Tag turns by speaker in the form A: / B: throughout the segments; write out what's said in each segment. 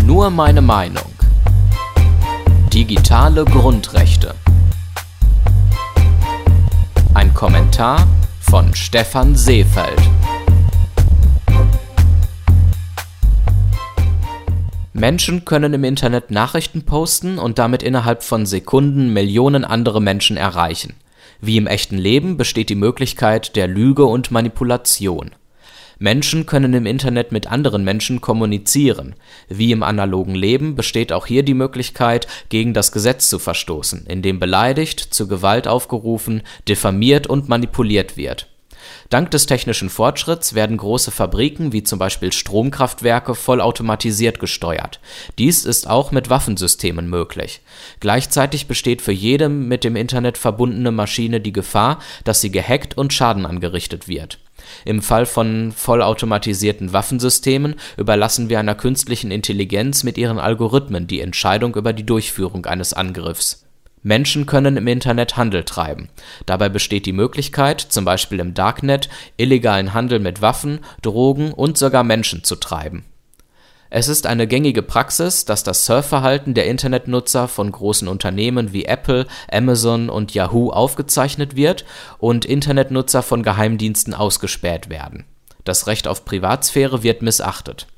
A: Nur meine Meinung. Digitale Grundrechte. Ein Kommentar von Stefan Seefeld. Menschen können im Internet Nachrichten posten und damit innerhalb von Sekunden Millionen andere Menschen erreichen. Wie im echten Leben besteht die Möglichkeit der Lüge und Manipulation. Menschen können im Internet mit anderen Menschen kommunizieren. Wie im analogen Leben besteht auch hier die Möglichkeit, gegen das Gesetz zu verstoßen, indem beleidigt, zu Gewalt aufgerufen, diffamiert und manipuliert wird. Dank des technischen Fortschritts werden große Fabriken wie zum Beispiel Stromkraftwerke vollautomatisiert gesteuert. Dies ist auch mit Waffensystemen möglich. Gleichzeitig besteht für jede mit dem Internet verbundene Maschine die Gefahr, dass sie gehackt und Schaden angerichtet wird. Im Fall von vollautomatisierten Waffensystemen überlassen wir einer künstlichen Intelligenz mit ihren Algorithmen die Entscheidung über die Durchführung eines Angriffs. Menschen können im Internet Handel treiben. Dabei besteht die Möglichkeit, zum Beispiel im Darknet, illegalen Handel mit Waffen, Drogen und sogar Menschen zu treiben. Es ist eine gängige Praxis, dass das Surfverhalten der Internetnutzer von großen Unternehmen wie Apple, Amazon und Yahoo aufgezeichnet wird und Internetnutzer von Geheimdiensten ausgespäht werden. Das Recht auf Privatsphäre wird missachtet.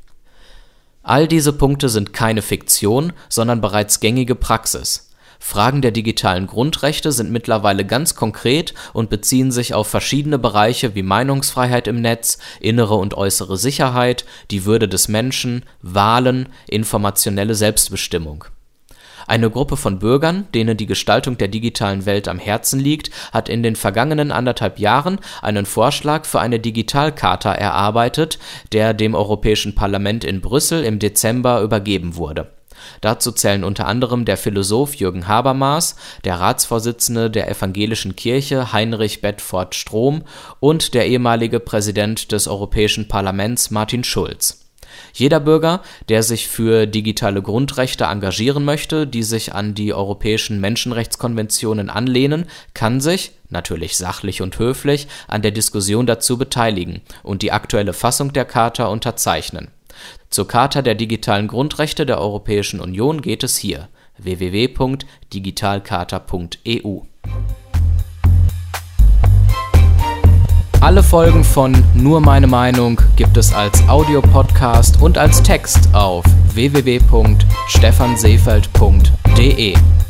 A: All diese Punkte sind keine Fiktion, sondern bereits gängige Praxis. Fragen der digitalen Grundrechte sind mittlerweile ganz konkret und beziehen sich auf verschiedene Bereiche wie Meinungsfreiheit im Netz, innere und äußere Sicherheit, die Würde des Menschen, Wahlen, informationelle Selbstbestimmung. Eine Gruppe von Bürgern, denen die Gestaltung der digitalen Welt am Herzen liegt, hat in den vergangenen 1,5 Jahren einen Vorschlag für eine Digitalcharta erarbeitet, der dem Europäischen Parlament in Brüssel im Dezember übergeben wurde. Dazu zählen unter anderem der Philosoph Jürgen Habermas, der Ratsvorsitzende der Evangelischen Kirche Heinrich Bedford Strom und der ehemalige Präsident des Europäischen Parlaments Martin Schulz. Jeder Bürger, der sich für digitale Grundrechte engagieren möchte, die sich an die europäischen Menschenrechtskonventionen anlehnen, kann sich, natürlich sachlich und höflich, an der Diskussion dazu beteiligen und die aktuelle Fassung der Charta unterzeichnen. Zur Charta der digitalen Grundrechte der Europäischen Union geht es hier: www.digitalcharta.eu. Alle Folgen von Nur meine Meinung gibt es als Audiopodcast und als Text auf www.stefanseefeld.de.